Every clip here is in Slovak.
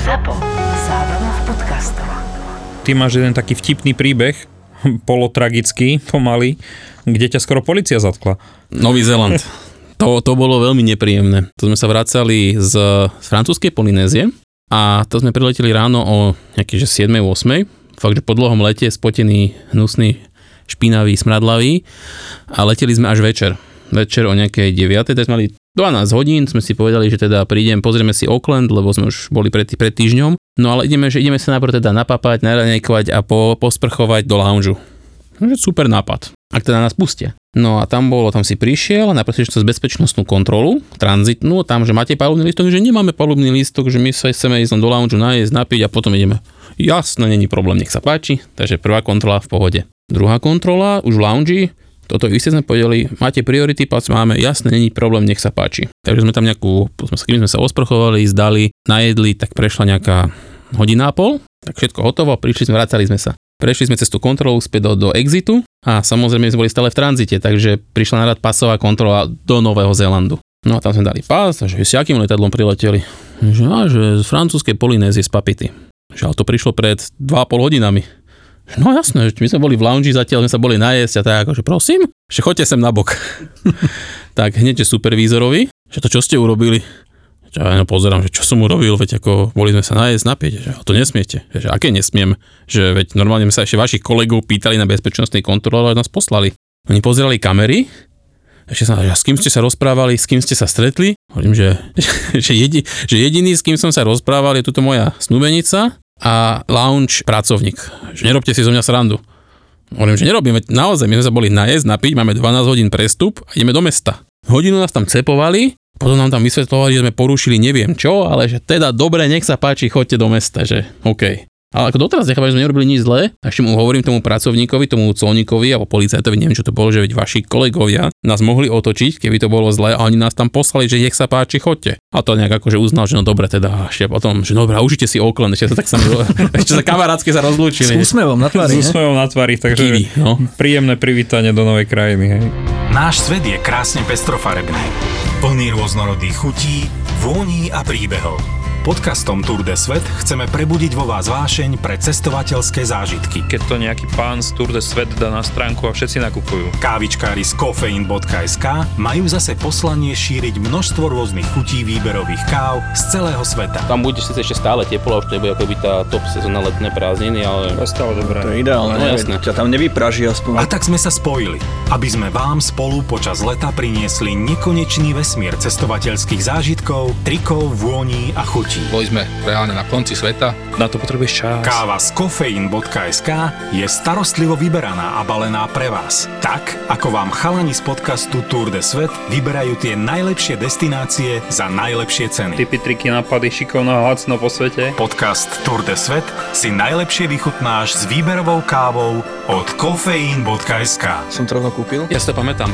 Zábrná v podcastov. Ty máš jeden taký vtipný príbeh, polotragický, pomaly, kde ťa skoro polícia zatkla. Nový Zéland. To bolo veľmi nepríjemné. To sme sa vracali z francúzskej Polynézie a to sme prileteli ráno o nejaké 7-8. Fakt, že po dlhom lete, spotený, hnusný, špinavý, smradlavý a leteli sme až večer. Večer o nejakej 9. Tak sme mali 12 hodín, sme si povedali, že teda prídem, pozrieme si Auckland, lebo sme už boli pred týždňom. No ale ideme sa najprv teda napapať, naranejkovať a posprchovať do lounge. Super nápad, ak teda nás pustia. No a tam si prišiel, najprv si cez bezpečnostnú kontrolu, tranzitnú, tam, že máte palubný lístok, že nemáme palubný lístok, že my sa chceme ísť len do lounge, najesť, napiť a potom ideme. Jasné, není problém, nech sa páči, takže prvá kontrola v pohode. Druhá kontrola, už v lounge, toto isté sme povedali, máte priority, pas máme, jasné, není problém, nech sa páči. Takže sme tam kým sme sa osprchovali, zdali, najedli, tak prešla nejaká hodina a pol, tak všetko hotovo, vracali sme sa. Prešli sme cez tú kontrolu späť do exitu a samozrejme sme boli stále v tranzite, takže prišla na rad pasová kontrola do Nového Zélandu. No a tam sme dali pás, že s akým letadlom prileteli? Že z francúzskej Polynézie z Papity. Že to prišlo pred 2,5 hodinami. No jasné, že my sme boli v lounge, zatiaľ sme sa boli najesť a tak akože prosím, že choďte sem na bok. Tak hneď, že supervízorovi, že to čo ste urobili? Ja pozerám, že čo som urobil, veď ako boli sme sa najesť, napiť, že to nesmiete. Že aké nesmiem, že veď normálne sa ešte vašich kolegov pýtali na bezpečnostnej kontrole, ale nás poslali. Oni pozerali kamery, ešte sa, že s kým ste sa rozprávali, s kým ste sa stretli. Hovorím, že jediný, s kým som sa rozprával, je tuto moja snúbenica a lounge pracovník. Že nerobte si zo mňa srandu. Hovorím, že nerobím, veď naozaj, my sme sa boli najesť, napiť, máme 12 hodín prestup a ideme do mesta. Hodinu nás tam cepovali, potom nám tam vysvetľovali, že sme porušili neviem čo, ale že teda dobre, nech sa páči, choďte do mesta, že OK. Ale ako doteraz nechápam, že sme nerobili nič zlé, a ešte mu hovorím tomu pracovníkovi, tomu colníkovi alebo policajtovi, neviem čo to bolo, že veď vaši kolegovia nás mohli otočiť, keby to bolo zlé a oni nás tam poslali, že nech sa páči, choďte. A to nejak akože uznal, že no dobre teda, ešte potom, že dobre, užite si Auckland, ešte sa kamarátsky sa rozlúčili. S úsmevom na tvári, takže Kiwi, no. Príjemné privítanie do novej krajiny, hej. Náš svet je krásne pestrofarebný, plný rôznorodých chutí, vôní a príbehov. Podcastom Tour de Svet chceme prebudiť vo vás vášeň pre cestovateľské zážitky. Keď to nejaký pán z Tour de Svet dá na stránku a všetci nakupujú. Kávičkári z Coffein.sk majú zase poslanie šíriť množstvo rôznych chutí výberových káv z celého sveta. Tam bude ešte stále teplo, už to nebude ako by tá top sezóna letné prázdniny, ale to je stále dobré. To je ideálne, no, jasné. Ťa tam nevypraží aspoň. A tak sme sa spojili, aby sme vám spolu počas leta priniesli nekonečný vesmír cestovateľských zážitkov, trikov, vôní a chutí. Boli sme reálne na konci sveta. Na to potrebuješ čas. Káva z Coffein.sk je starostlivo vyberaná a balená pre vás. Tak, ako vám chalani z podcastu Tour de Svet vyberajú tie najlepšie destinácie za najlepšie ceny. Tipy, triky, nápady, šikovná lacno po svete. Podcast Tour de Svet si najlepšie vychutnáš s výberovou kávou od Coffein.sk. Som to rovno kúpil? Ja si to pamätám.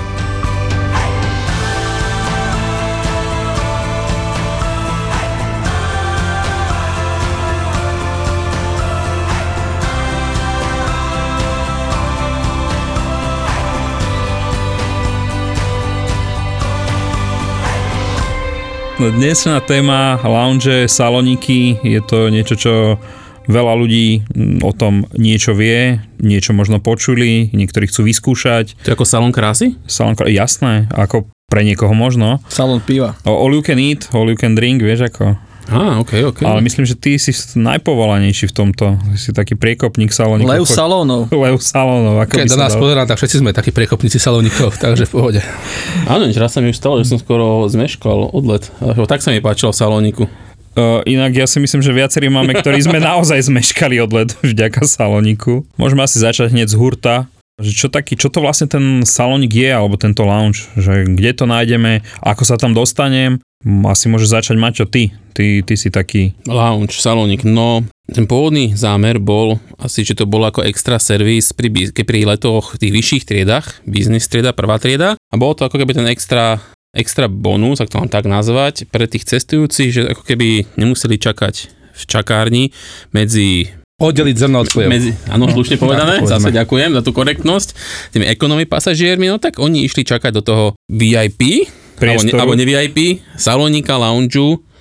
Dnesná téma lounge, salóniky, je to niečo, čo veľa ľudí o tom niečo vie, niečo možno počuli, niektorí chcú vyskúšať. To je ako salón krásy? Salón krásy, jasné, ako pre niekoho možno. Salón piva. All you can eat, all you can drink, vieš ako. OK. Ale myslím, že ty si najpovolanejší v tomto. Si taký priekopník salónikov. Lev salónov. Keď do nás pozerá, tak všetci sme takí priekopníci salónikov, takže v pohode. Áno, raz sa mi už stalo, že som skoro zmeškal odlet. Tak sa mi páčilo v salóniku. Inak ja si myslím, že viacerí máme, ktorí sme naozaj zmeškali odlet vďaka salóniku. Môžeme asi začať hneď z hurta. Čo to vlastne ten salónik je, alebo tento lounge? Že kde to nájdeme, ako sa tam dostanem? Asi môže začať Maťo, ty si taký... Lounge, salónik, no ten pôvodný zámer bol asi, že to bolo ako extra servis pri letoch v tých vyšších triedach, business trieda, prvá trieda a bolo to ako keby ten extra bonus, ak to mám tak nazvať, pre tých cestujúcich, že ako keby nemuseli čakať v čakárni medzi... Oddeliť zrno od chlieb. Áno, slušne povedané, zase ďakujem za tú korektnosť. Tými economy pasažiermi, no tak oni išli čakať do toho VIP, alebo ne VIP, salónika, loungeu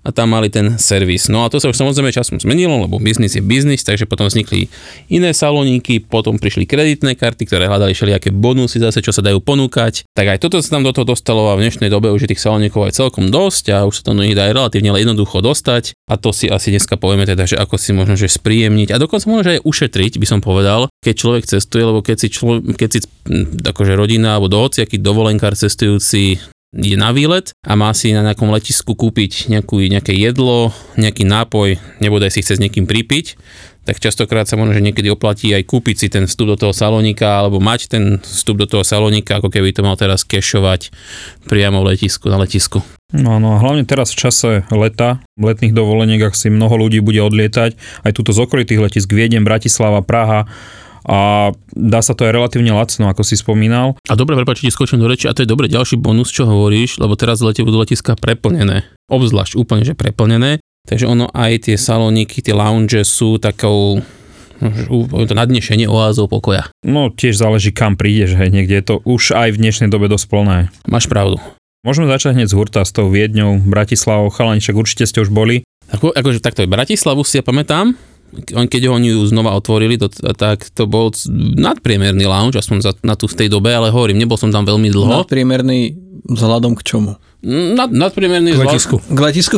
a tam mali ten servis. No a to sa už samozrejme časom zmenilo, lebo biznis je biznis, takže potom vznikli iné salóniky, potom prišli kreditné karty, ktoré hľadali všelijaké bonusy zase, čo sa dajú ponúkať. Tak aj toto sa tam do toho dostalo a v dnešnej dobe už je tých salónikov aj celkom dosť a už sa to dá relatívne jednoducho dostať a to si asi dneska povieme teda, že ako si možno že spríjemniť a dokonca možno aj ušetriť, by som povedal, keď človek cestuje, lebo keď si akože rodina alebo hociaký dovolenkár cestujúci je na výlet a má si na nejakom letisku kúpiť nejaké jedlo, nejaký nápoj, nebude si chce s niekým pripiť, tak častokrát sa možno, že niekedy oplatí aj kúpiť si ten vstup do toho salónika alebo mať ten vstup do toho salónika, ako keby to mal teraz kešovať priamo v letisku, na letisku. No a hlavne teraz v čase leta, letných dovoleniek, ak si mnoho ľudí bude odlietať, aj túto z okolitých letisk Viedeň, Bratislava, Praha, a dá sa to aj relatívne lacno, ako si spomínal. A dobre, prepáč, ti skočím do reči, a to je dobre ďalší bonus, čo hovoríš, lebo teraz budú letiska preplnené, obzvlášť úplne, že preplnené, takže ono aj tie salóniky, tie lounge sú takou, to nadnešenie oázou pokoja. No tiež záleží, kam prídeš, hej, niekde je to už aj v dnešnej dobe dosť plné. Máš pravdu. Môžeme začať hneď z hurta s tou Viedňou, Bratislavou, chalaniček, určite ste už boli. Akože takto, Bratislavu si ja pamätám, keď oni ju znova otvorili, tak to bol nadpriemerný lounge, aspoň v tej dobe, ale hovorím, nebol som tam veľmi dlho. Nadpriemerný vzhľadom k čomu? Nadpriemerný k letisku. K letisku?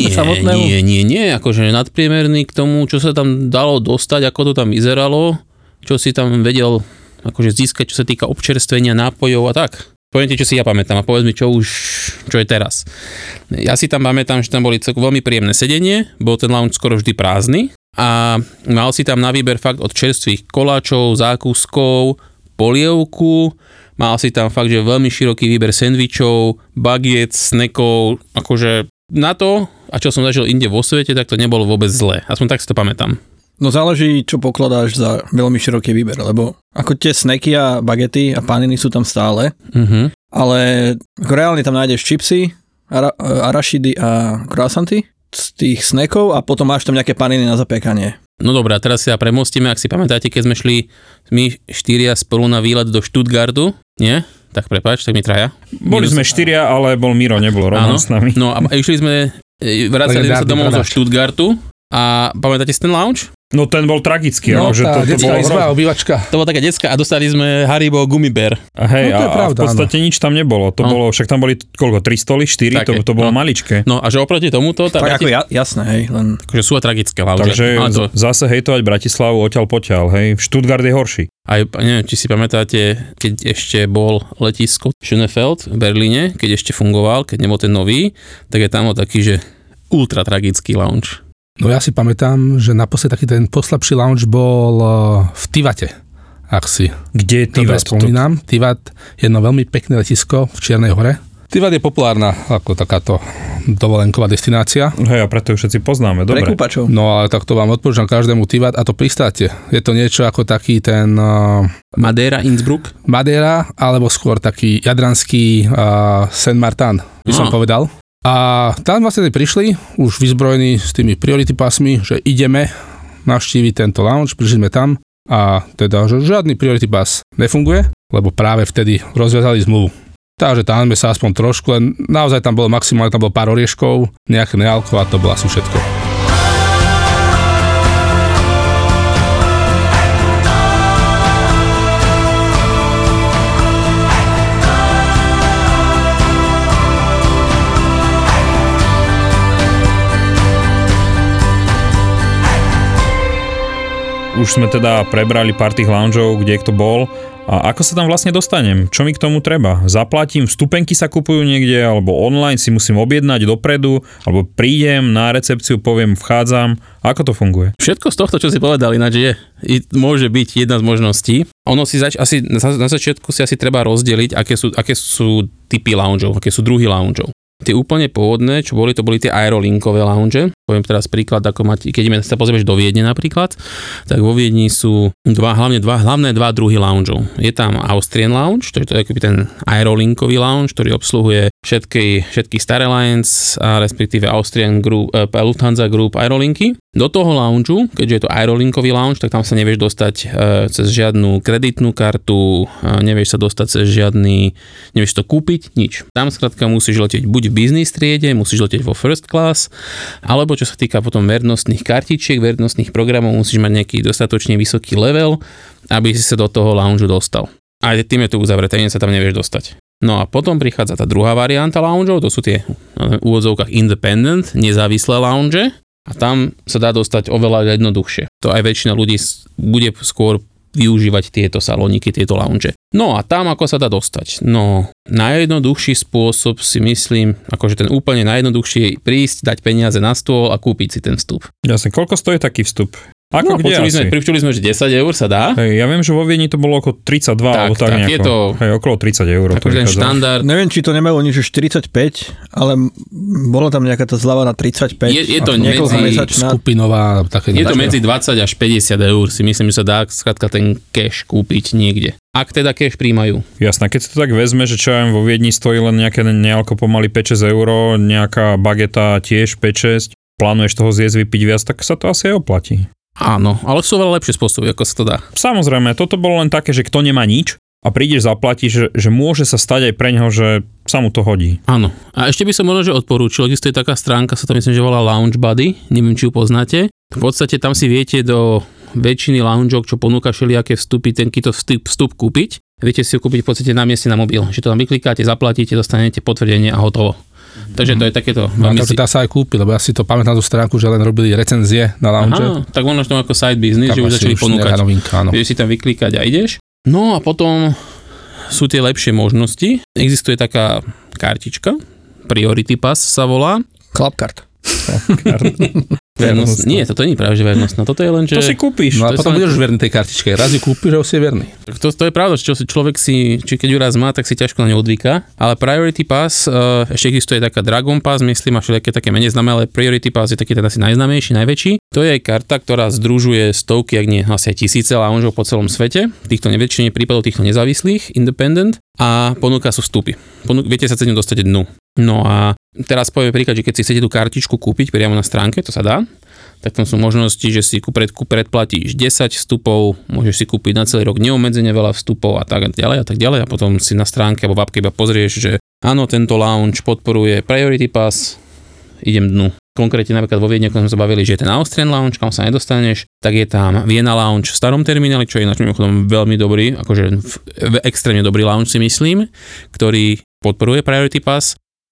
Nie, akože nadpriemerný k tomu, čo sa tam dalo dostať, ako to tam vyzeralo, čo si tam vedel akože získať, čo sa týka občerstvenia, nápojov a tak. Poviem ti, čo si ja pamätám a povedz mi, čo je teraz. Ja si tam pamätám, že tam boli veľmi príjemné sedenie, bol ten lounge skoro vždy prázdny a mal si tam na výber fakt od čerstvých koláčov, zákuskov, polievku, mal si tam fakt, že veľmi široký výber sendvičov, bagiet, snackov, akože na to, a čo som zažil inde vo svete, tak to nebolo vôbec zlé. Aspoň tak si to pamätám. No záleží, čo pokladáš za veľmi široký výber, lebo ako tie snacky a bagety a paniny sú tam stále, ale ako reálne tam nájdeš čipsy, arašidy a croissanty z tých snackov a potom máš tam nejaké paniny na zapiekanie. No dobré, a teraz si ja premostíme, ak si pamätáte, keď sme šli my 4 spolu na výlet do Stuttgartu, nie? Tak prepáč, tak mi traja. Boli sme 4, ale bol Miro, nebol Roman s nami. No a išli sme, vracali sa domov zo Stuttgartu a pamätáte si ten lounge? No ten bol tragický. No tá detská izba, obývačka. To bola taká detská a dostali sme Haribo Gummibär. Hej, no, a v podstate nič tam nebolo. To bolo, však tam boli koľko, 3 stoly, 4, to bolo maličké. No a že oproti tomuto... Tak ako jasné, hej. Len... Akože sú tragické lounge. Takže zase hejtovať Bratislavu odtiaľ potiaľ, hej. Stuttgart je horší. Aj, neviem, či si pamätáte, keď ešte bol letisko Schönefeld v Berlíne, keď ešte fungoval, keď nebol ten nový, tak je tam taký, že ultra tragický lounge. No ja si pamätám, že naposled taký ten poslabší lounge bol v Tivate, ak si. Kde je Tivat? Spomínam. Tivat je jedno veľmi pekné letisko v Čiernej Hore. Tivat je populárna ako takáto dovolenková destinácia. Hej, a preto ju všetci poznáme, dobre. Pre kúpačov. No ale tak to vám odporúčam každému Tivat a to pristáte. Je to niečo ako taký ten... Madeira, Innsbruck? Madeira, alebo skôr taký jadranský Saint Martin, by som povedal. A tam vlastne prišli, už vyzbrojení s tými priority pasmi, že ideme navštíviť tento lounge, prišli sme tam a teda, že žiadny priority pas nefunguje, lebo práve vtedy rozviazali zmluvu. Takže tam sme sa aspoň trošku, len naozaj tam bolo maximálne, tam bolo pár orieškov, nejaké nealko a to bolo asi všetko. Už sme teda prebrali pár tých loungeov, kde kto bol. A ako sa tam vlastne dostanem? Čo mi k tomu treba? Zaplatím, vstupenky sa kupujú niekde, alebo online si musím objednať dopredu, alebo prídem na recepciu, poviem, vchádzam. Ako to funguje? Všetko z tohto, čo si povedal, ináč môže byť jedna z možností. Ono si asi na začiatku si asi treba rozdeliť, aké sú typy loungeov, aké sú druhy loungeov. Tie úplne pôvodné, čo boli, to boli tie aerolinkové lounge. Poviem teraz príklad, ako keď sa pozrieš do Viedne napríklad, tak vo Viedni sú hlavné dva druhy loungeov. Je tam Austrian Lounge, to je akoby ten aerolinkový lounge, ktorý obsluhuje všetky Star Alliance a respektíve Austrian Group, Lufthansa Group aerolinky. Do toho loungeu, keďže je to aerolinkový lounge, tak tam sa nevieš dostať cez žiadnu kreditnú kartu, nevieš sa dostať cez nevieš to kúpiť, nič. Tam skrátka musíš letieť buď v business triede, musíš letieť vo first class, alebo čo sa týka potom vernostných kartičiek, vernostných programov, musíš mať nejaký dostatočne vysoký level, aby si sa do toho loungeu dostal. A tým je to uzavreté, sa tam nevieš dostať. No a potom prichádza tá druhá varianta loungeov, to sú tie v úvodzovkách independent, nezávislé lounge. A tam sa dá dostať oveľa jednoduchšie. To aj väčšina ľudí bude skôr využívať tieto salóniky, tieto lounge. No a tam ako sa dá dostať? No, najjednoduchší spôsob si myslím, akože ten úplne najjednoduchší je prísť, dať peniaze na stôl a kúpiť si ten vstup. Jasne, koľko stojí taký vstup? Ako kde asi? Pričuli sme, že 10 eur sa dá. Hej, ja viem, že vo Viedni to bolo okolo 32, alebo tak nejako. Je to, hej, okolo 30 eur. Ako ten štandard. Neviem, či to nemalo nič 45, ale bola tam nejaká tá zľava na 35. Je to medzi skupinová. Také je to medzi 20 až 50 eur, si myslím, že sa dá skrátka ten cash kúpiť niekde. Ak teda cash príjmajú. Jasné, keď si to tak vezme, že čo vo Viedni stojí len nejaké nealko pomaly 5-6 eur, nejaká bageta tiež 5-6, plánuješ toho zjesť vypiť viac, tak sa to asi aj oplatí. Áno, ale sú veľa lepšie spôsoby, ako sa to dá. Samozrejme, toto bolo len také, že kto nemá nič a prídeš zaplatiť, že môže sa stať aj pre neho, že sa mu to hodí. Áno. A ešte by som možno, že odporúčil, existuje taká stránka, sa to myslím, že volá Lounge Buddy, neviem, či ju poznáte. V podstate tam si viete do väčšiny loungeov, čo ponúka všelijaké vstupy, tenkýto vstup kúpiť. Viete si ho kúpiť v podstate na mieste na mobil, že to tam vyklikáte, zaplatíte, dostanete potvrdenie a hotovo. Takže to je takéto. Takže dá sa aj kúpiť, lebo ja si to pamätám tú stránku, že len robili recenzie na lounge. Aha, tak možno to ako side business, že už začali ponúkať. Vieš si tam vyklikať a ideš. No a potom sú tie lepšie možnosti. Existuje taká kartička, Priority Pass sa volá. Clubcard. Vernosť. Nie, toto nie je práve, že vernostná. Toto je len, že... To si kúpiš. No a potom budeš verný tej kartičke. Raz ju kúpiš, že už si verný. To je pravda, že človek si, či keď ju raz má, tak si ťažko na ňu odvyká. Ale Priority Pass, ešte existuje taká Dragon Pass, myslím, a všelijaké také menej známe, ale Priority Pass je taký teda asi najznámejší, najväčší. To je aj karta, ktorá združuje stovky, ak nie asi aj tisíce loungeov po celom svete. Týchto väčšine prípadov týchto nezávislých, independent, a ponúka sú vstupy. Viete sa cez ňu dostať dnu. No a teraz poviem príklad, že keď si chcete tú kartičku kúpiť priamo na stránke, to sa dá, tak tam sú možnosti, že si predplatíš 10 vstupov, môžeš si kúpiť na celý rok neobmedzene veľa vstupov a tak ďalej a potom si na stránke alebo v appke iba pozrieš, že áno, tento lounge podporuje Priority Pass, idem dnu. Konkrétne napríklad vo Viedni, ako sme sa bavili, že je ten Austrian Lounge, kam sa nedostaneš, tak je tam Vienna Lounge v starom termináli, čo je ináč mimochodom veľmi dobrý, akože extrémne dobrý lounge si myslím, ktorý podporuje Priority Pass.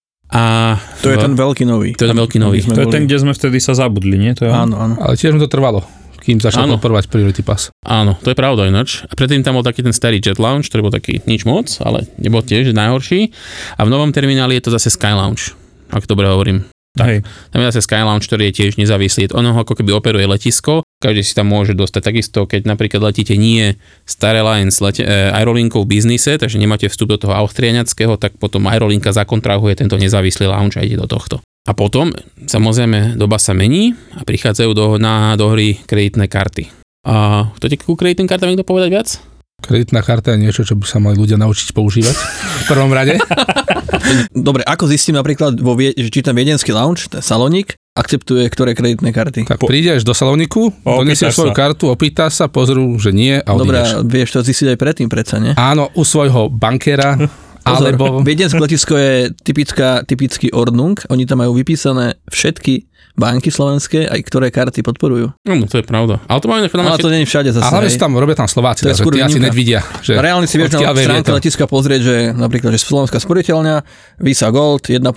A to je ten veľký nový. To je ten veľký nový. To je ten, kde sme vtedy sa zabudli, nie? To je áno. Ale tiež mi to trvalo, kým začal podporovať Priority Pass. Áno, to je pravda ináč. A predtým tam bol taký ten starý Jet Lounge, ktorý bol taký nič moc, ale nebol tiež najhorší. A v novom termináli je to zase Sky Lounge, ak dobre hovorím. Tak, tam je zase Sky Lounge, ktorý je tiež nezávislý. Ono ako keby operuje letisko, každý si tam môže dostať. Takisto, keď napríklad letíte nie Star Alliance Aerolinkou v biznise, takže nemáte vstup do toho austriaňackého, tak potom Aerolinka zakontrahuje tento nezávislý lounge a ide do tohto. A potom, samozrejme, doba sa mení a prichádzajú do hry kreditné karty. A chcete ku kreditným kartám niekto povedať viac? Kreditná karta je niečo, čo by sa mali ľudia naučiť používať v prvom rade. Dobre, ako zistím napríklad, či ten viedenský lounge, ten salónik, akceptuje ktoré kreditné karty? Tak prídeš do salóniku, donesieš svoju kartu, opýtaš sa, pozrú, že nie a odídeš. Dobre, vieš to zistiť aj predtým predsa, nie? Áno, u svojho bankéra. Alebo... Viedenské letisko je typický Ordnung, oni tam majú vypísané všetky banky slovenské, aj ktoré karty podporujú. No, to je pravda. Ale to máme ale to nie je všade zase. Ale robia tam Slováci, že tí asi nevidia. Že reálne si vieš na stránke letiska pozrieť, že napríklad, že Slovenská sporiteľňa, Visa Gold, 1+1.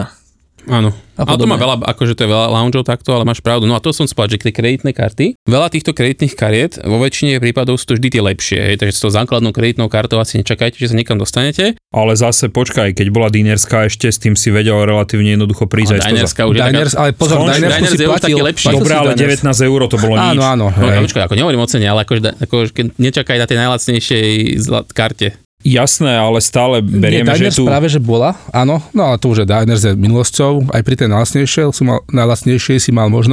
Áno. Ale to má veľa, akože to je veľa loungeov takto, ale máš pravdu. No a to som spať, že tie kreditné karty, veľa týchto kreditných kariet, vo väčšine prípadov sú to vždy tie lepšie, hej, takže s tou základnou kreditnou kartou asi nečakajte, že sa niekam dostanete. Ale zase počkaj, keď bola Dinerská, ešte s tým si vedel relatívne jednoducho prísť. Ale pozor, Dinersku si platil lepší. Dobre, ale 19 eur to bolo nič. Áno. Počkaj, ako nehovorím o cene, ale akože nečakaj na tej najlacnejšej karte. Jasné, ale stále berieme, Diners že tu... práve, že bola, áno, no ale to už je Diners je minulosťou, aj pri tej najlacnejšej si mal možnosť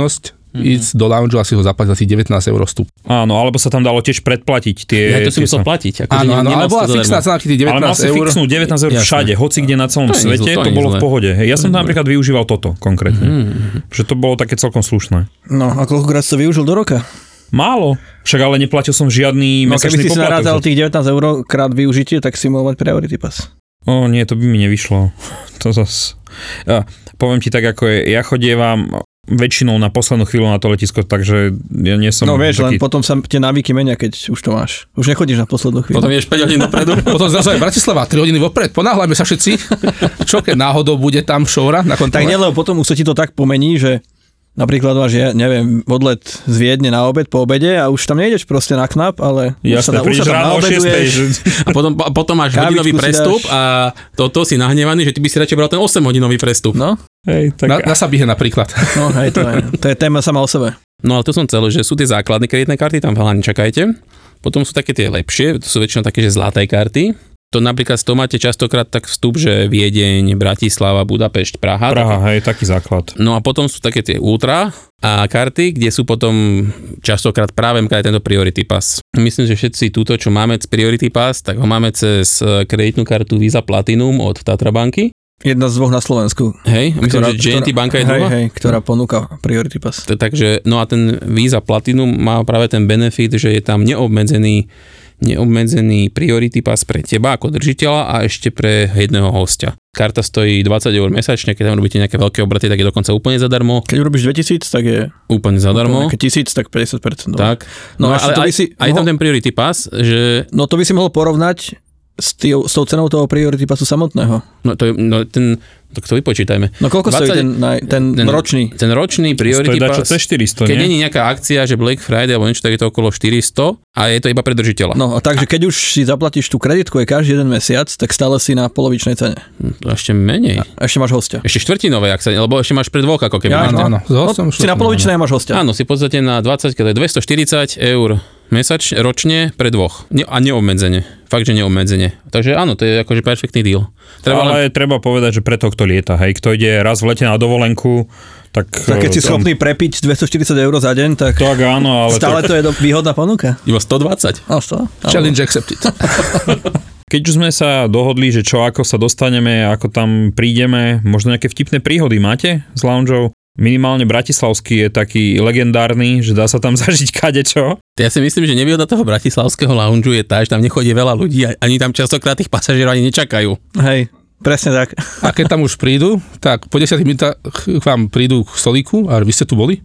ísť do lounge a si ho zaplatiť asi 19 € vstup. Áno, alebo sa tam dalo tiež predplatiť tie... Ja to si musel platiť. Áno, ale bola fixná cena tých 19 €. Ale mal si fixnúť 19 € všade, hoci kde na celom svete, to bolo v pohode. Ja som tam napríklad využíval toto konkrétne. Že to bolo také celkom slušné. No a koľkokrát si to využil do roka? Málo. Však ale neplatil som žiadny mesačný poplatok. No keby si narázal tých 19 € krát využitie, tak si mohol mať priority pass. Nie, to by mi nevyšlo. To zas... poviem ti tak, ako je. Ja chodievam väčšinou na poslednú chvíľu na to letisko, takže ja nie som... No vieš, taký... len potom sa tie návyky menia, keď už to máš. Už nechodíš na poslednú chvíľu. Potom ješ 5 hodín dopredu. Potom zrazu aj Bratislava, 3 hodiny vopred. Ponáhľajme sa všetci. Čo keď náhodou bude tam šoura na kontrole? Tak nie, lebo potom už sa ti to tak pomení, že napríklad máš, neviem, odlet z Viedne na obed po obede a už tam nejdeš proste na knap, ale jasne, už sa tam naobeduješ. A potom máš hodinový prestup a to si nahnevaný, že ty by si radšej bral ten 8-hodinový prestup. No. Hej, tak... Na Sabihe napríklad. No hej, to je téma sama o sebe. No ale to som celé, že sú tie základné kreditné karty, tam veľa nečakajte. Potom sú také tie lepšie, to sú väčšinou také, že zlaté karty. To napríklad z toho máte častokrát tak vstup, že Viedeň, Bratislava, Budapešť, Praha. Hej, taký základ. No a potom sú také tie ultra a karty, kde sú potom častokrát práve tento Priority Pass. Myslím, že všetci túto, čo máme z Priority Pass, tak ho máme cez kreditnú kartu Visa Platinum od Tatra banky. Jedna z dvoch na Slovensku. Hej, myslím, že GNT banka je druhá. Hej, ktorá ponúka Priority Pass. Takže, no a ten Visa Platinum má práve ten benefit, že je tam neobmedzený Priority Pass pre teba ako držiteľa a ešte pre jedného hostia. Karta stojí 20 € mesačne, keď tam robíte nejaké veľké obraty, tak je dokonca úplne zadarmo. Keď urobíš 2000, tak je úplne zadarmo. Keď 1000, tak 50%. Tak. No ale aj tam ten Priority Pass, že... No to by si mohol porovnať s tou cenou toho Priority Passu samotného. Tak to vypočítajme. No koľko stojí ten ročný? Ten ročný Priority Pass, keď nie je nejaká akcia, že Black Friday alebo niečo, tak je to okolo 400 a je to iba pre držiteľa. No a takže keď už si zaplatíš tú kreditku aj každý jeden mesiac, tak stále si na polovičnej cene. To ešte menej. A ešte máš hostia. Ešte štvrtinové, lebo ešte máš pre dvoch, ako keby. Áno. Si na polovičnej máš hostia. Áno, si v podstate na 20, keď je 240 € ročne pre dvoch. A neobmedzenie. Fakt, že neobmedzenie. Takže áno, to je akože perfektný deal. Treba povedať, že pre to, kto lieta, hej, kto ide raz v lete na dovolenku, tak keď si schopný prepiť 240 € za deň, tak áno, ale stále to je výhodná ponuka. Iba 120. Challenge accepted. Keď už sme sa dohodli, že čo, ako sa dostaneme, ako tam prídeme, možno nejaké vtipné príhody máte s loungeou? Minimálne bratislavský je taký legendárny, že dá sa tam zažiť kadečo. Ja si myslím, že nevýhoda toho bratislavského loungeu je tá, že tam nechodí veľa ľudí a ani tam častokrát tých pasažierov ani nečakajú. Hej, presne tak. A keď tam už prídu, tak po 10 minútach k vám prídu k stolíku a vy ste tu boli?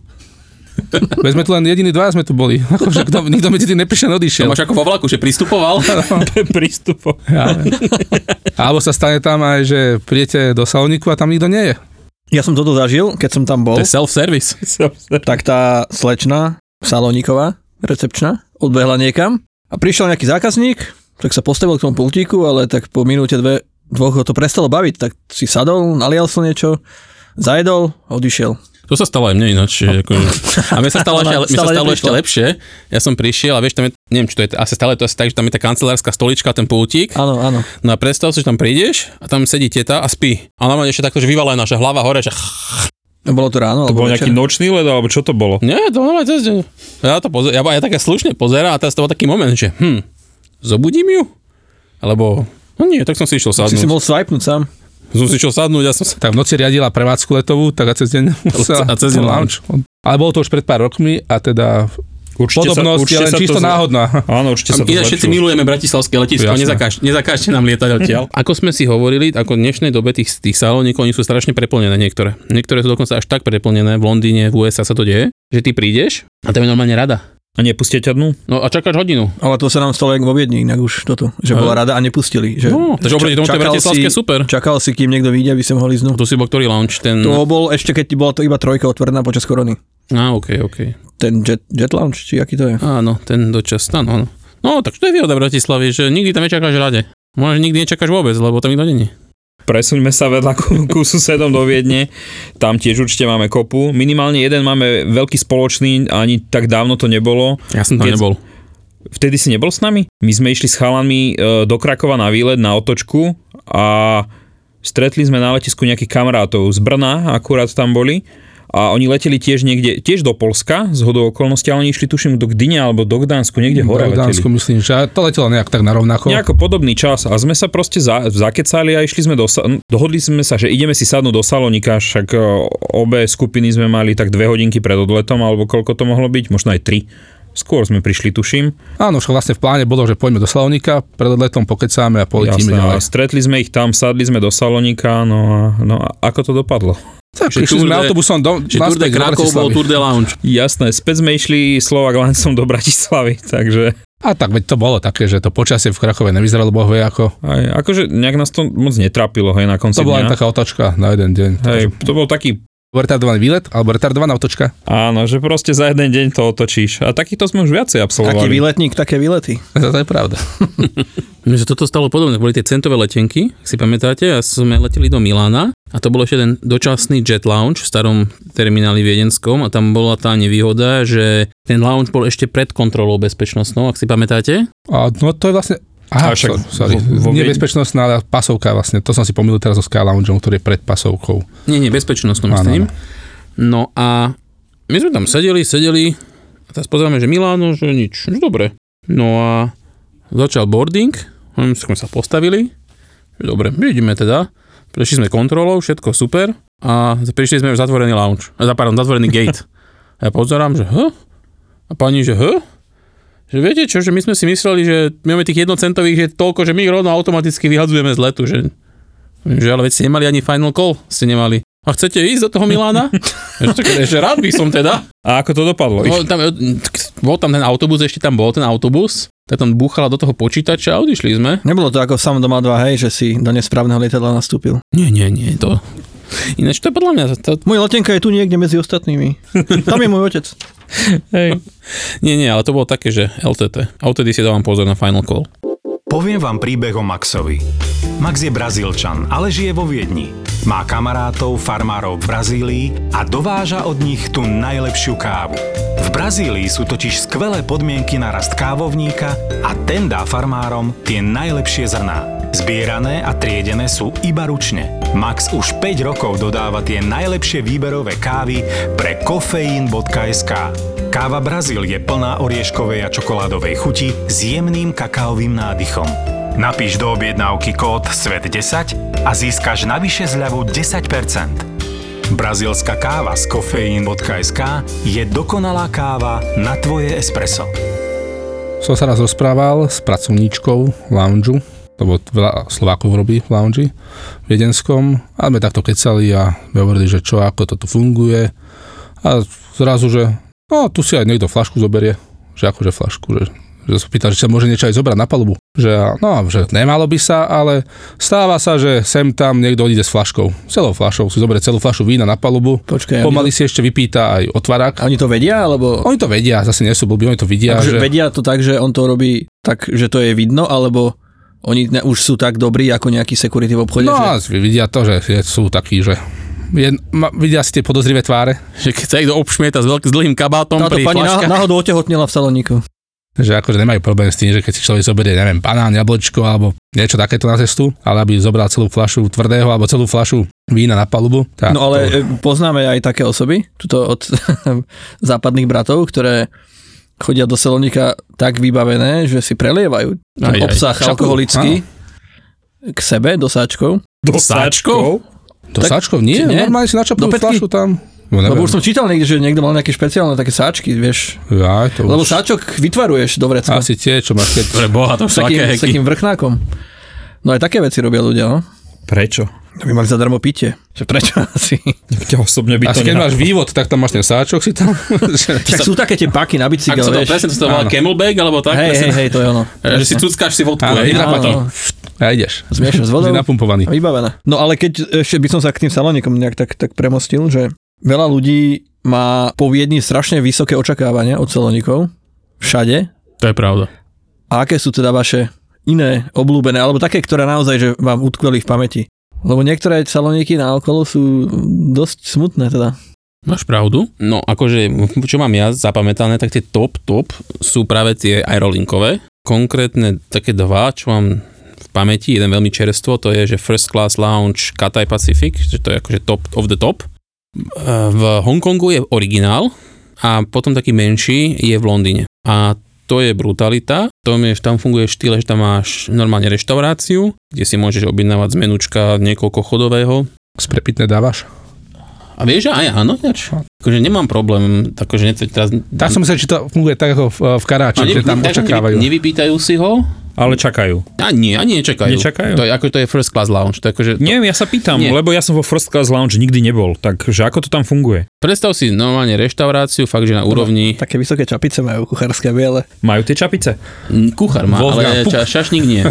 Veď sme tu len jediní dvaja sme tu boli. Akože nikto medzi tým neprišiel, odišiel. To máš ako vo vlaku, že pristupoval? Pristupoval. Ja, alebo sa stane tam aj, že prídete do salóniku a tam nikto nie je. Ja som toto zažil, keď som tam bol. To je self-service. Tak tá slečna salóniková, recepčná, odbehla niekam a prišiel nejaký zákazník, tak sa postavil k tomu pultíku, ale tak po minúte dvoch ho to prestalo baviť, tak si sadol, nalial som niečo, zajedol a odišiel. To sa stalo aj mne ináč. A mne sa stalo ešte lepšie. Ja som prišiel a vieš, tam je, neviem, čo to je, asi stále to asi tak, že tam je tá kancelárska stolička, ten pultík. Áno. No a predstav si, že tam prídeš a tam sedí teta a spí. A ona má ešte takto, že vyvalená, že hlava hore, že... Bolo to ráno? To bol nejaký nočný let, alebo čo to bolo? Nie, to bolo cez deň. Ja také slušne pozerám a teraz to bol taký moment, že zobudím ju? Alebo, no nie, tak som si išiel sadnúť. Si mohol swipenúť sám. Som si išiel sadnúť, Tak v noci riadila prevádzku letovú, tak a cez deň lounge. Ale bolo to už pred pár rokmi a teda podobnosť je len čisto náhodná. Áno, určite sa to zlepšilo. Všetci milujeme bratislavské letisko, nezakážte nám lietať odtiaľ. Ako sme si hovorili, ako v dnešnej dobe tých salónikov, oni sú strašne preplnené niektoré. Niektoré sú dokonca až tak preplnené, v Londýne, v USA sa to deje, že ty prídeš a tam je normálne rada. A nepustia ťa dnu? No a čakáš hodinu. Ale to sa nám stalo jak vo Viedni, inak už toto, že bola rada a nepustili. Že takže oproti tomu, to je bratislavské super. Čakal si, kým niekto vyjde, aby si mohli ísť. To si bol ktorý lounge? To bol ešte, keď bola to iba trojka otvorená počas korony. OK. Ten jet lounge, či aký to je? Áno, ten dočasný, áno. No, tak to je výhoda Bratislavy, že nikdy tam nečakáš rade. Možno nikdy nečakáš vôbec, lebo tam nikto není. Presuňme sa vedľa ku susedom do Viedne, tam tiež určite máme kopu. Minimálne jeden máme veľký spoločný, ani tak dávno to nebolo. Ja som tam nebol. Vtedy si nebol s nami? My sme išli s chalanmi do Krakova na výlet, na otočku a stretli sme na letisku nejakých kamarátov z Brna, akurát tam boli a oni leteli tiež niekde, tiež do Poľska, z hodou okolností, ale oni išli tuším do Gdyne alebo do Gdansku, niekde hore leteli. Do Gdansku myslím, že to letelo nejak tak narovnako. Nejako podobný čas a sme sa proste zakecali a išli sme dohodli sme sa, že ideme si sadnúť do Salonika, však obe skupiny sme mali tak 2 hodinky pred odletom, alebo koľko to mohlo byť, možno aj 3. Skôr sme prišli, tuším. Áno, však vlastne v pláne bolo, že poďme do Salonika, pred odletom pokecáme a poletíme ďalej. Stretli sme ich tam, sadli sme do Salonika, no a ako to dopadlo? Tak prišli sme autobusom Tour de Krakov bol Tour de Lounge. Jasné, späť sme išli Slovak Lancom do Bratislavy, takže... A tak, veď to bolo také, že to počasie v Krakove nevyzeralo bohvie ako... Aj, akože nejak nás to moc netrápilo, hej, na konci dňa. To bola len taká otočka na jeden deň. Hej, to bol taký... Retardovaný výlet, alebo retardovaná otočka? Áno, že proste za jeden deň to otočíš. A takýto sme už viacej absolvovali. Taký výletník, také výlety. To je pravda. Mne sa toto stalo podobné. Boli tie centové letenky, si pamätáte, a sme leteli do Milána a to bol ešte jeden dočasný jet lounge v starom termináli viedenskom a tam bola tá nevýhoda, že ten lounge bol ešte pred kontrolou bezpečnostnou, ak si pamätáte. A no to je vlastne... Aha, sorry. Nebezpečnostná, ale pasovka vlastne. To som si pomýlil teraz so Sky Loungeom, ktorý je pred pasovkou. Nie, bezpečnostnou myslím. No a my sme tam sedeli a teraz pozeráme, že Miláno, že nič, že dobre. No a začal boarding, sme sa postavili, že dobre, ideme teda. Prešli sme kontrolou, všetko super a prišli sme už zatvorený lounge, zatvorený gate. A ja pozerám, že a pani, že že viete čo, že my sme si mysleli, že my máme tých jednocentových, že toľko, že my rovno automaticky vyhadzujeme z letu, že ale veď ste nemali ani final call, ste nemali. A chcete ísť do toho Milána? že rád by som teda. A ako to dopadlo? Bol tam ten autobus, ešte tam bol ten autobus, tak tam búchala do toho počítača a odišli sme. Nebolo to ako Sam doma 2, hej, že si do nesprávneho lietadla nastúpil. Nie, to... Ináč to je podľa mňa... Moja letenka je tu niekde medzi ostatnými. Tam je môj otec. Hej. Nie, ale to bolo také, že LTT. A odtedy si dávam pozor na final call. Poviem vám príbeh o Maxovi. Max je Brazílčan, ale žije vo Viedni. Má kamarátov, farmárov v Brazílii a dováža od nich tú najlepšiu kávu. V Brazílii sú totiž skvelé podmienky na rast kávovníka a ten dá farmárom tie najlepšie zrná. Zbierané a triedené sú iba ručne. Max už 5 rokov dodáva tie najlepšie výberové kávy pre kofeín.sk. Káva Brazíl je plná orieškovej a čokoládovej chuti s jemným kakaovým nádychom. Napíš do objednávky kód SVET10 a získaš navyše zľavu 10%. Brazílska káva z kofeín.sk je dokonalá káva na tvoje espresso. Som sa raz rozprával s pracovníčkou lounge, lebo veľa Slovákov robí v lounge viedenskom a sme takto kecali a hovorili, že čo, ako to tu funguje a zrazu, že tu si aj niekto flašku zoberie, že akože flašku, že sa pýtal, že sa môže niečo aj zobrať na palubu, že nemalo by sa, ale stáva sa, že sem tam niekto odíde s flaškou, celou flašou, si zoberie celú flašu vína na palubu, pomaly si ešte vypýta aj otvarák. A oni to vedia, alebo? Oni to vedia, zase nie sú blbí, oni to vidia. Takže vedia to tak, že on to robí tak, že to je vidno, alebo oni už sú tak dobrí ako nejaký security v obchode? No, že... vidia to, že sú takí, že vidia si tie podozrivé tváre. Že keď sa ich obšmieta s dlhým kabátom pri flaškách. Táto pani náhodou otehotnila v Saloníku. Že akože nemajú problém s tým, že keď si človek zoberie, neviem, banán, jablčko alebo niečo takéto na cestu, ale aby zobral celú fľašu tvrdého alebo celú fľašu vína na palubu. No ale poznáme aj také osoby, tuto od západných bratov, ktoré chodia do Salonika tak vybavené, že si prelievajú obsah alkoholický k sebe do sáčkov. Do sáčkov? Do sáčkov nie? Normálne si načapujú fľašu tam. Lebo už som čítal niekde, že niekto mal nejaké špeciálne také sáčky, vieš. Ja, to lebo sáčok vytvaruješ do vrecka. Asi tie, čo máš keď... Pre Boha, to s takým vrchnákom. No aj také veci robia ľudia, no. Prečo? By mali zadarmo pitie. Že prečo asi? Osobne by to keď máš vývod, tak tam máš ten sáčok si tam. Tak sú také tie paky na bicykel, vieš. Presne to volá camelback, alebo tak. Hej, to je ono. Že si cuckáš si vodku. A ideš. Zmiešaš s vodou. Si napumpovaný. Vybavené. No ale keď ešte by som sa k tým Salonikom nejak tak premostil, že veľa ľudí má po Viedni strašne vysoké očakávania od Salonikov. Všade. To je pravda. A aké sú teda vaše iné obľúbené, alebo také, ktoré naozaj, že vám utkveli v pamäti? Lebo niektoré Saloniky na okolo sú dosť smutné teda. Máš pravdu. No akože, čo mám ja zapamätané, tak tie top sú práve tie aerolinkové. Konkrétne také dva, čo mám v pamäti, jeden veľmi čerstvo, to je, že First Class Lounge Cathay Pacific, že to je akože top of the top. V Hongkongu je originál a potom taký menší je v Londýne. A to je brutalita. Tam funguje v štýle, že tam máš normálne reštauráciu, kde si môžeš objednávať z menučka niekoľko chodového. Sprepitné dávaš? A vieš, aj áno, akože nemám problém, takže teraz... Tak som myslel, či to funguje tak ako v Karáči, že tam očakávajú. Nevypýtajú si ho? Ale čakajú. Ani nečakajú. Nečakajú? To je first class lounge. To je akože, Neviem, ja sa pýtam, lebo ja som vo first class lounge nikdy nebol, takže ako to tam funguje? Predstav si normálne reštauráciu, fakt, že na úrovni... Také vysoké čapice majú, kuchárske biele. Majú tie čapice? Kuchár má, ale šašník nie.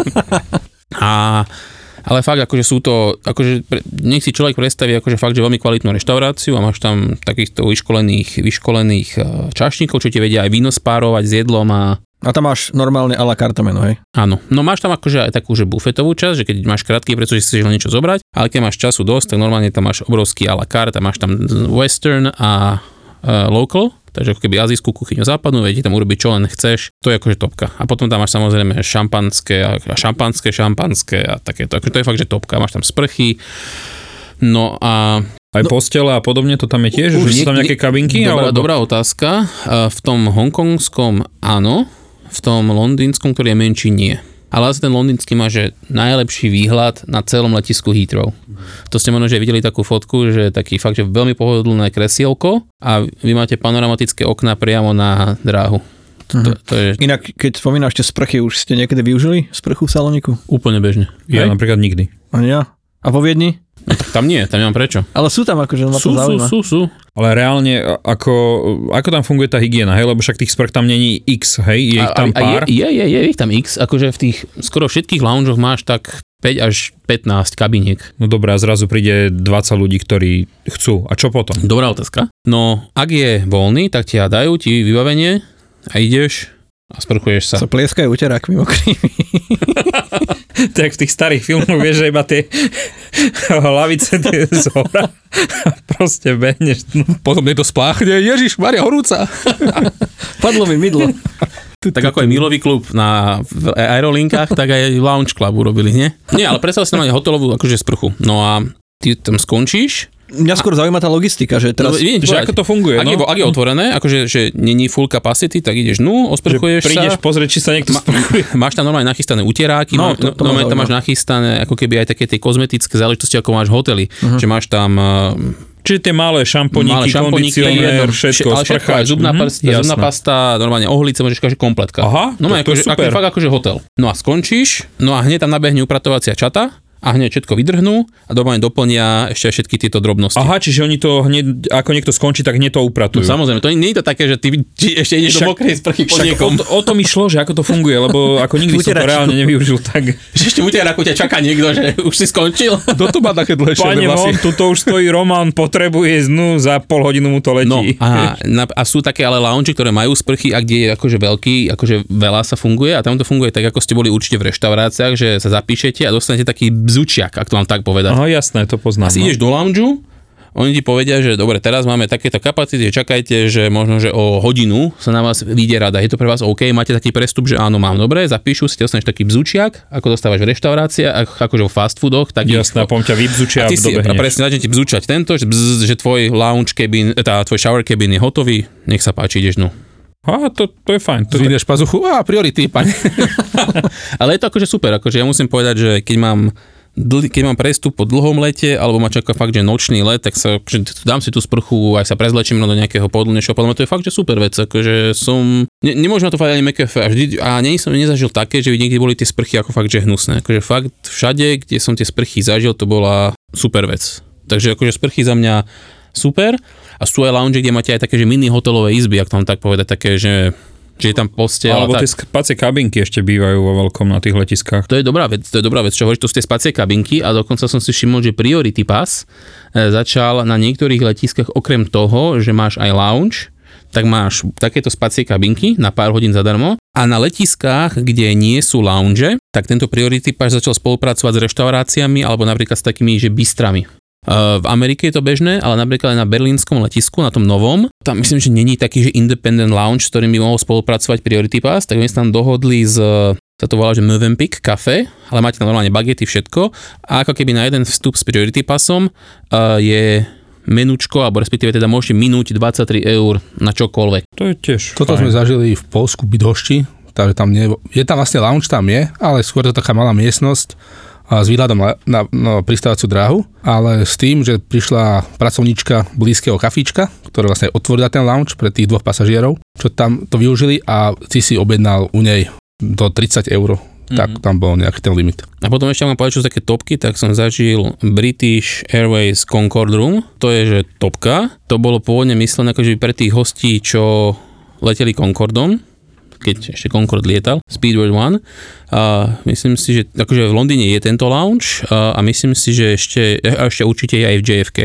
Ale fakt, akože sú to, akože nech si človek predstaví, akože fakt, že veľmi kvalitnú reštauráciu a máš tam takýchto vyškolených čašníkov, čo ti vedia aj víno spárovať s jedlom a tam máš normálne a la carte menu, hej? Áno. No máš tam akože aj takú, že bufetovú časť, že keď máš krátky, pretože si chceš len niečo zobrať, ale keď máš času dosť, tak normálne tam máš obrovský a la carte, máš tam western a local, takže ako keby azijskú kuchyňu západnú, viete tam urobiť čo len chceš, to je akože topka. A potom tam máš samozrejme šampanské a takéto. Akože to je fakt, že topka. Máš tam sprchy, no a... Aj postele a podobne, to tam je tiež? Že sú tam nejaké kabinky? Dobrá otázka. V tom hongkongskom áno, v tom londýnskom, ktorý je menší, nie. Ale ten londýnsky má, že najlepší výhľad na celom letisku Heathrow. To ste možno, že videli takú fotku, že taký fakt, že veľmi pohodlné kresielko a vy máte panoramatické okná priamo na dráhu. To je... Inak, keď spomínaš tie sprchy, už ste niekedy využili sprchu v Saloniku? Úplne bežne. Ja napríklad nikdy. A vo Viedni? No, tak tam nie, tam nemám prečo. Ale sú tam akože ma to zaujíma. Sú. Ale reálne, ako tam funguje tá hygiena, hej? Lebo však tých sprch tam není x, hej? Je ich tam pár? Je ich tam x, akože v tých skoro všetkých loungeoch máš tak 5 až 15 kabiniek. No dobré, a zrazu príde 20 ľudí, ktorí chcú. A čo potom? Dobrá otázka. No, ak je voľný, tak ti dajú ti vybavenie a ideš a sprchuješ sa. Sa plieskajú uterákmi mokrými. Tak v tých starých filmoch vieš, že iba tie hlavice tie zhora a proste behneš. Potom niekto spláchne, Ježiš, Maria, horúca. Padlo mi mydlo. Tak ako aj milový klub na aerolinkách, tak aj lounge club urobili, nie? Nie, ale predstav si tam aj hotelovú akože sprchu. No a ty tam skončíš. Mňa skôr zaujíma tá logistika, že teraz... Že ako to funguje, Ak je otvorené, akože že není full capacity, tak ideš osprchuješ sa. Prídeš pozrieť, či sa niekto sprchuje. Máš tam normálne nachystané utieráky, normálne tam máš nachystané ako keby aj také tie kozmetické záležitosti, ako máš v hoteli. Že máš tam... Čiže tie malé šamponíky, kondicionér, všetko, sprcháč. Zubná pasta, normálne ohlice, môžeš každý kompletka. Aha, to je super. Fakt akože hotel. No a skončíš, no a hneď tam nabehne upratovacia čata, a hneď všetko vydrhnú a normálne doplnia ešte všetky tieto drobnosti. Aha, čiže oni to hneď, ako niekto skončí, tak hneď to upratujú. No, samozrejme, to nie je to také, že ty ešte ideš do mokrej sprchy po niekom. O to mi šlo, že ako to funguje, lebo ako nikdy som to reálne nevyužil tak. Že ešte v uteráku ťa čaká niekto, že už si skončil. Kto to má také dlhé černé vlasy? Pane, tuto už stojí Roman, potrebuje znu, za pol hodinu mu to letí. No, a sú také ale lounge, ktoré majú sprchy a kde je akože veľký, akože veľa sa funguje a tam to funguje tak, ako ste boli určite v reštauráciách, že sa zapíšete a dostanete taký bzučiak, ak to mám tak povedať. Aha, jasné, to poznám. A si ideš do loungeu, oni ti povedia, že dobre, teraz máme takéto kapacity, čakajte, že možno, že o hodinu sa na vás vyjde rada. Je to pre vás OK? Máte taký prestup, že áno, mám, dobre, zapíšu si, dostaneš taký bzučiak, ako dostávaš v reštauráciách, akože vo fast foodoch. Tak jasné, pom ťa vybzučia a dobehneš. A presne, začne ti bzučať tento, že tvoj lounge cabin, tvoj shower cabin je hotový, nech sa páči, ideš no. To je fajn. Zvídeš pazuchu, priority, pane. Ale je to akože super, akože ja musím povedať, že keď mám prestup po dlhom lete, alebo ma čaká fakt, že nočný let, tak sa, že dám si tú sprchu, aj sa prezlečím do nejakého pohodlnejšieho, podľa mňa to je fakt, že super vec, akože nemôžem na to povedať ani McAfee, a som nezažil také, že by niekde boli tie sprchy ako fakt, že hnusné, akože fakt všade, kde som tie sprchy zažil, to bola super vec. Takže akože sprchy za mňa super a sú aj lounge, kde máte aj také, že mini hotelové izby, ak tam tak povedať, také, že je tam posteľ. Alebo tie spacie kabinky ešte bývajú vo veľkom na tých letiskách. To je dobrá vec, čo hovoríš, to sú tie spacie kabinky a dokonca som si všimol, že Priority Pass začal na niektorých letiskách okrem toho, že máš aj lounge, tak máš takéto spacie kabinky na pár hodín zadarmo a na letiskách, kde nie sú lounge, tak tento Priority Pass začal spolupracovať s reštauráciami alebo napríklad s takými, že bistrami. V Amerike je to bežné, ale napríklad aj na berlínskom letisku, na tom novom, tam myslím, že není taký, že independent lounge, s ktorým by mohol spolupracovať Priority Pass, tak my sa tam dohodli sa to volá, že Mövenpick Café, ale máte tam normálne bagety, všetko a ako keby na jeden vstup s Priority Passom je menučko, alebo respektíve teda môžete minúť 23 eur na čokoľvek. To je tiež Toto fajn. sme zažili v Poľsku, Bydhošti, takže tam je tam vlastne lounge, tam je, ale skôr to taká malá miestnosť a s výhľadom na pristávaciu dráhu, ale s tým, že prišla pracovníčka blízkeho kafíčka, ktorá vlastne otvorila ten lounge pre tých 2 pasažierov, čo tam to využili a ty si objednal u nej do 30 eur. Tak tam bol nejaký ten limit. A potom ešte mám povedať, čo sú také topky, tak som zažil British Airways Concorde Room, to je, že topka. To bolo pôvodne myslené akože pre tých hostí, čo leteli Concordom, keď ešte Concorde lietal, Speedbird One. Myslím si, že akože v Londýne je tento lounge a myslím si, že ešte určite je aj v JFK.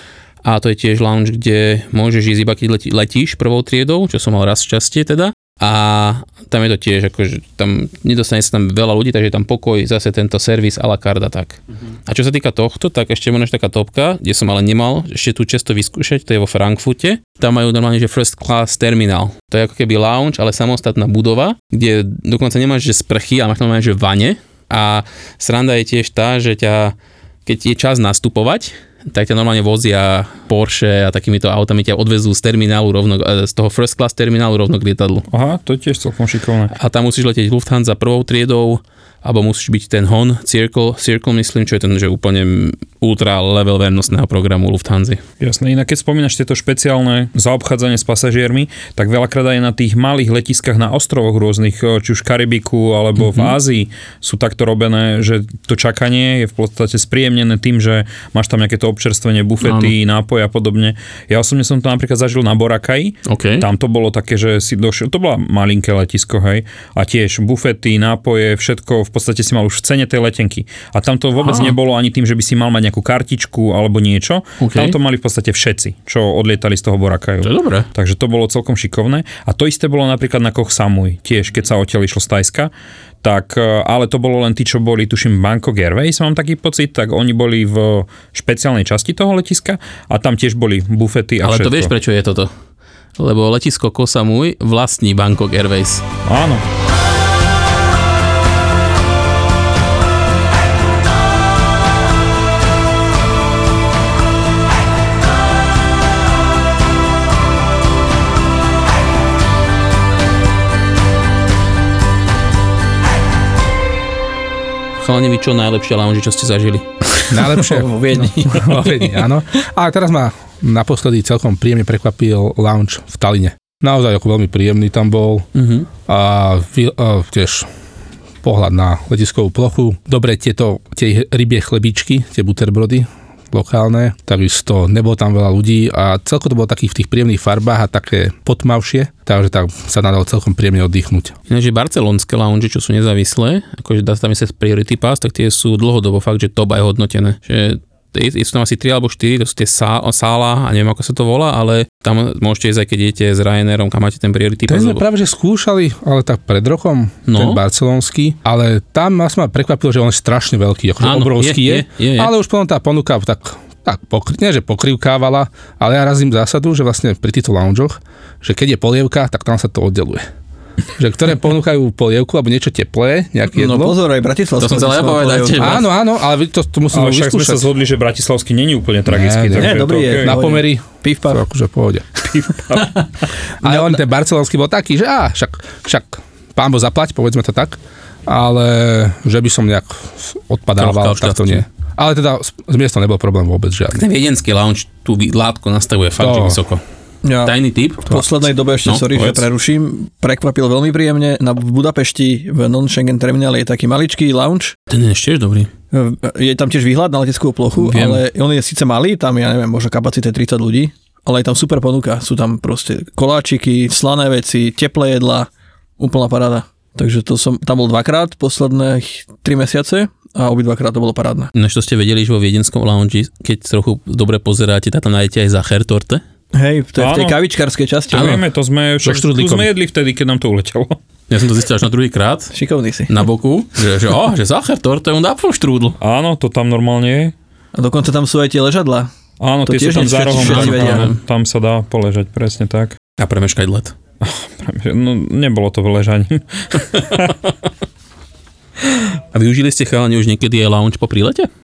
A to je tiež lounge, kde môžeš ísť iba keď letíš prvou triedou, čo som mal raz šťastie teda. A tam je to tiež, akože tam nedostane sa tam veľa ľudí, takže je tam pokoj, zase tento servis a la carte tak. A čo sa týka tohto, tak ešte možno taká topka, kde som ale nemal ešte tu často vyskúšať, to je vo Frankfurte. Tam majú normálne, že first class terminál. To je ako keby lounge, ale samostatná budova, kde dokonca nemáš, že sprchy, ale máš normálne, že vane. A sranda je tiež tá, že keď je čas nastupovať, tak ťa normálne vozia Porsche a takýmito autami ťa odvezú z terminálu z toho first class terminálu rovno k lietadlu. Aha, to je tiež celkom šikovné. A tam musíš letieť Lufthansa prvou triedou, alebo musíš byť ten HON, Circle myslím, čo je ten, že úplne ultra level vernostného programu Lufthansa. Jasné, inak keď spomínaš tieto špeciálne zaobchádzanie s pasažiermi, tak veľakrát aj na tých malých letiskách na ostrovoch rôznych, či už v Karibiku alebo v Ázii sú takto robené, že to čakanie je v podstate spríjemnené tým, že máš tam nejaké to občerstvenie, bufety, nápoje a podobne. Ja osobne som to napríklad zažil na Borakaji. Okay. Tam to bolo také, že si došiel, to bola malinké letisko, hej, a tiež bufety, nápoje, všetko v podstate si mal už v cene tej letenky. A tam to vôbec nebolo ani tým, že by si mal mať nejakú kartičku alebo niečo. Okay. Tam to mali v podstate všetci, čo odlietali z toho Borakaju. To je dobré. Takže to bolo celkom šikovné. A to isté bolo napríklad na Koh Samui, tiež keď sa odtiaľ išlo z Tajska. Tak, ale to bolo len tí, čo boli, tuším, Bangkok Airways, mám taký pocit, tak oni boli v špeciálnej časti toho letiska a tam tiež boli bufety a ale všetko. to vieš, prečo je toto? Lebo letisko Koh Samui vlastní Bangkok Airways. Áno. Chalani, vy čo najlepšie lounge, čo ste zažili? Najlepšie Vo Viedni. Vo Viedni, áno. A teraz ma naposledy celkom príjemne prekvapil lounge v Taline. Naozaj ako veľmi príjemný tam bol a tiež pohľad na letiskovú plochu. Dobre tie rybie chlebičky, tie buterbrody lokálne, takisto nebolo tam veľa ľudí a celko to bolo takých v tých príjemných farbách a také potmavšie, takže tak sa nadalo celkom príjemne oddychnúť. Ináč, že barcelonské lounge, čo sú nezávislé, akože dá sa tam sa Priority Pass, tak tie sú dlhodobo fakt, že top aj hodnotené. Že sú tam asi 3 alebo 4, to sú tie sála a neviem, ako sa to volá, ale tam môžete ísť aj keď idete s Ryanairom, kam máte ten Priority Pass. Ten sme práve že skúšali, ale tak pred rokom, ten barcelonský, ale tam ma prekvapilo, že on je strašne veľký, akože obrovský je, ale už potom tá ponuka tak nie že pokrivkávala, ale ja razím zásadu, že vlastne pri týchto loungeoch, že keď je polievka, tak tam sa to oddeluje. Že ktoré ponúkajú polievku alebo niečo teplé, nejaké jedlo. No pozor, aj Bratislavské. To som chcel povedať. Áno, ale to musíme vyskúšať. Ale však sme sa zhodli, že bratislavský není úplne tragický. Nie, dobrý je. Na pomery. Pif-paf. Akože v pohode. Ale on ten barcelonský bol taký, že však pán Boh zaplať, povedzme to tak, ale že by som nejak odpadával, tak to nie. Ale teda z miesta nebol problém vôbec žiadny. Ten viedenský lounge tú látko nastavuje fakt, že vysoko. Ja. Tajný tip. V poslednej dobe ešte, že preruším, prekvapil veľmi príjemne. V Budapešti v non-Schengen terminále je taký maličký lounge. Ten je tiež dobrý. Je tam tiež výhľad na leteckú plochu, ale on je síce malý, tam ja neviem, možno kapacita 30 ľudí, ale je tam super ponuka. Sú tam proste koláčiky, slané veci, teplé jedlá, úplná paráda. Takže tam bol 2-krát posledných 3 mesiace a obidvakrát to bolo parádne. No čo ste vedeli, že vo viedenskom lounge, keď trochu dobre pozeráte, tam nájdete aj Sachertorte. Hej, to je v tej kavičkárskej časti. Áno, vieme, to sme jedli vtedy, keď nám to uletelo. Ja som to zistil až na druhý krát. Šikovný si. Na boku, že Sachertorte und Apfelstrudel. Áno, to tam normálne je. A dokonca tam sú aj tie ležadlá. Áno, tie sú tam za rohom. Tam sa dá poležať, presne tak. A premeškať let. No, nebolo to v ležaní. A využili ste chalani už niekedy aj lounge po prílete?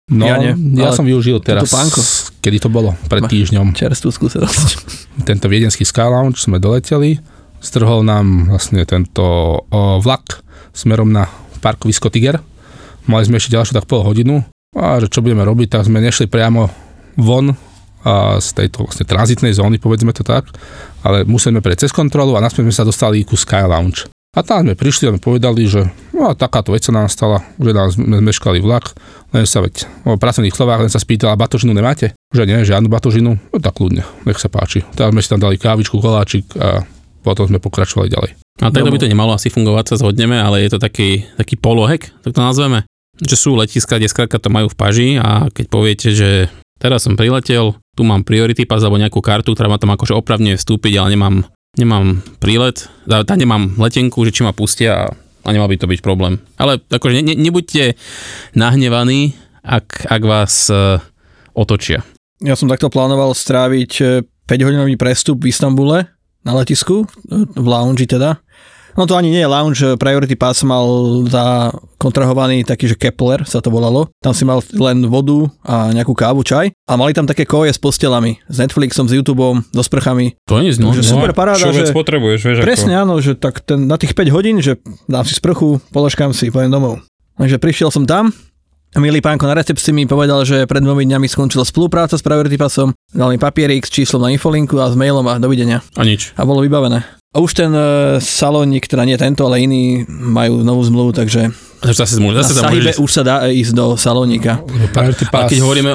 No, ja som využil teraz, kedy to bolo, pred týždňom. Čerstvú skúsenosť. Tento viedenský Sky Lounge sme doleteli, strhol nám vlastne tento vlak smerom na parkovisko Tiger. Mali sme ešte ďalšiu tak pol hodinu a že čo budeme robiť, tak sme nešli priamo von z tejto vlastne tranzitnej zóny, povedzme to tak, ale musíme prejsť cez kontrolu a naspäť sme sa dostali ku Sky Lounge. A tam sme prišli a sme povedali, že takáto vec sa nám stala, že nás zmeškali vlak, len sa veď o pracovných slovách, len sa spýtala, batožinu nemáte? Že nie, žiadnu batožinu, no tak ľudne, nech sa páči. Tak sme si tam dali kávičku, koláčik a potom sme pokračovali ďalej. A takto by to nemalo asi fungovať, sa zhodneme, ale je to taký polohek, tak to nazveme. Že sú letiska, kde skrátka to majú v paži a keď poviete, že teraz som priletel, tu mám priority pass alebo nejakú kartu, ktorá ma tam akože opravňuje vstúpiť, ale nemám prílet, tam nemám letenku, že či ma pustia a nemal by to byť problém. Ale akože nebuďte nahnevaní, ak vás otočia. Ja som takto plánoval stráviť 5-hodinový prestup v Istanbule na letisku, v lounge teda. No to ani nie je lounge, Priority Pass mal zakontrahovaný taký, že Kepler sa to volalo. Tam si mal len vodu a nejakú kávu, čaj. A mali tam také koje s postelami, s Netflixom, s YouTubeom, so sprchami. To nie je super paráda, čo vec potrebuješ, vieš presne ako. Áno, že tak na tých 5 hodín, že dám si sprchu, položkám si, pojem domov. Takže prišiel som tam. Milý pánko na recepcii mi povedal, že pred 2 dňami skončila spolupráca s Priority Passom, dal mi papierik s číslom na infolinku a s mailom a dovidenia. A nič. A bolo vybavené. A už ten salónik, teda nie tento, ale iný, majú novú zmluvu, takže na Sahibe už sa dá ísť do salónika. A keď hovoríme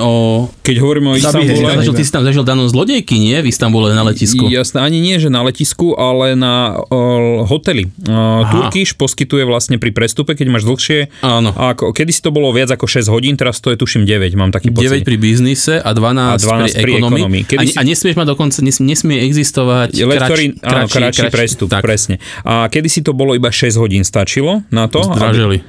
o Istanbule... Ty si tam zažil danú zlodejky, nie? V Istanbule na letisku. Jasné, ani nie, že na letisku, ale na hoteli. Turkish poskytuje vlastne pri prestupe, keď máš dlhšie. Áno. Kedy si to bolo viac ako 6 hodín, teraz to je tuším 9, mám taký pocit. 9 pri biznise a 12 pri ekonomii. A nesmieš mať dokonca, nesmie existovať kratší prestup, presne. A kedy si to bolo iba 6 hodín stačilo na to. Zdražili.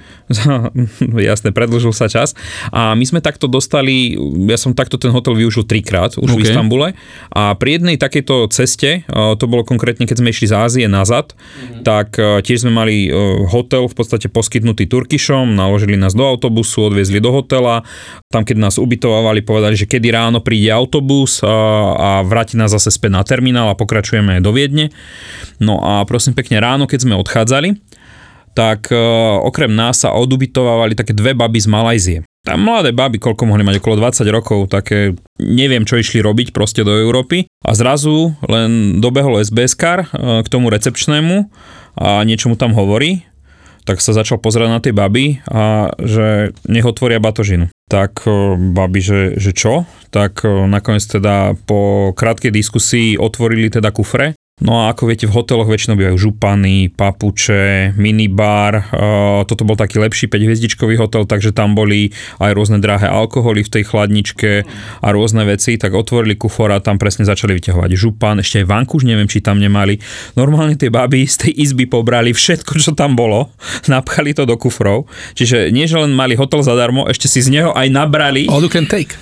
Jasné, predĺžil sa čas. A my sme takto dostali, ja som takto ten hotel využil 3-krát už v Istanbule. A pri jednej takejto ceste, to bolo konkrétne, keď sme išli z Ázie nazad, tak tiež sme mali hotel v podstate poskytnutý Turkishom, naložili nás do autobusu, odviezli do hotela. Tam, keď nás ubytovávali, povedali, že kedy ráno príde autobus a vráti nás zase späť na terminál a pokračujeme do Viedne. No a prosím pekne, ráno, keď sme odchádzali, tak okrem nás sa odubytovávali také 2 baby z Malajzie. Tam mladé baby, koľko mohli mať, okolo 20 rokov, také neviem, čo išli robiť proste do Európy. A zrazu len dobehol SBS-kar k tomu recepčnému a niečo mu tam hovorí. Tak sa začal pozerať na tie baby a že nech otvoria batožinu. Tak baby, že čo? Tak nakoniec teda po krátkej diskusii otvorili teda kufre. No a ako viete, v hoteloch väčšinou bývajú župany, papuče, minibar. Toto bol taký lepší 5-hviezdičkový hotel, takže tam boli aj rôzne drahé alkoholy v tej chladničke a rôzne veci. Tak otvorili kufor a tam presne začali vyťahovať župan, ešte aj vankúš, neviem, či tam nemali. Normálne tie baby z tej izby pobrali všetko, čo tam bolo, napchali to do kufrov. Čiže nie, že len mali hotel zadarmo, ešte si z neho aj nabrali. All you can take.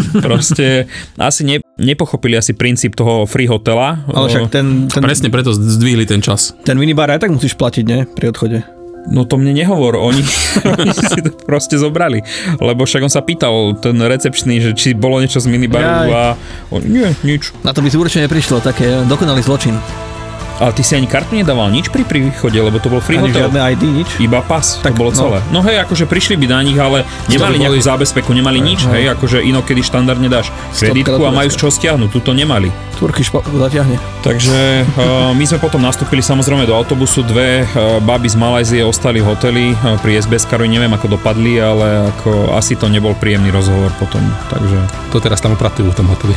Proste asi nepochopili asi princíp toho free hotela. Ale však presne preto zdvihli ten čas. Ten minibar aj tak musíš platiť, nie? Pri odchode. No to mne nehovor, oni si to proste zobrali. Lebo však on sa pýtal, ten recepčný, že či bolo niečo z minibaru a nie, nič. Na to by si určite neprišlo, také dokonalý zločin. Ale ty si ani kartu nedával nič pri východe, lebo to bol free ani hotel. Žiadne ID, nič? Iba pas, tak, to bolo celé. No hej, akože prišli by na nich, ale nemali nejakú zábezpeku, nemali nič, hej, akože inokedy štandardne dáš kreditku a majú z čoho stiahnuť, tuto nemali. Turkish zatiahne. Takže my sme potom nastúpili samozrejme do autobusu, 2 baby z Malajzie ostali v hoteli, pri SBS-karu neviem ako dopadli, ale ako asi to nebol príjemný rozhovor potom, takže... To teraz tam opratujú v tom hoteli.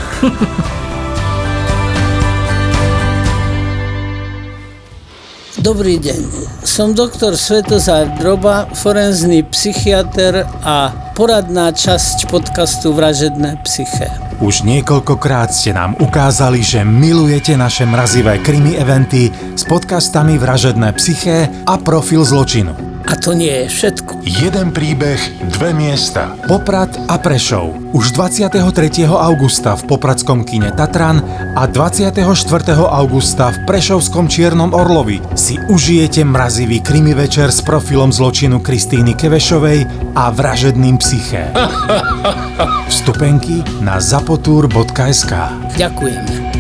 Dobrý deň, som doktor Svetozár Droba, forenzný psychiater a poradná časť podcastu Vražedné psyché. Už niekoľkokrát ste nám ukázali, že milujete naše mrazivé krimi eventy s podcastami Vražedné psyché a Profil zločinu. A to nie je všetko. Jeden príbeh, dve miesta. Poprad a Prešov. Už 23. augusta v popradskom kine Tatran a 24. augusta v prešovskom Čiernom Orlovi si užijete mrazivý krimi večer s profilom zločinu Kristíny Kevešovej a vražedným psyché. Vstupenky na zapotur.sk. Ďakujeme.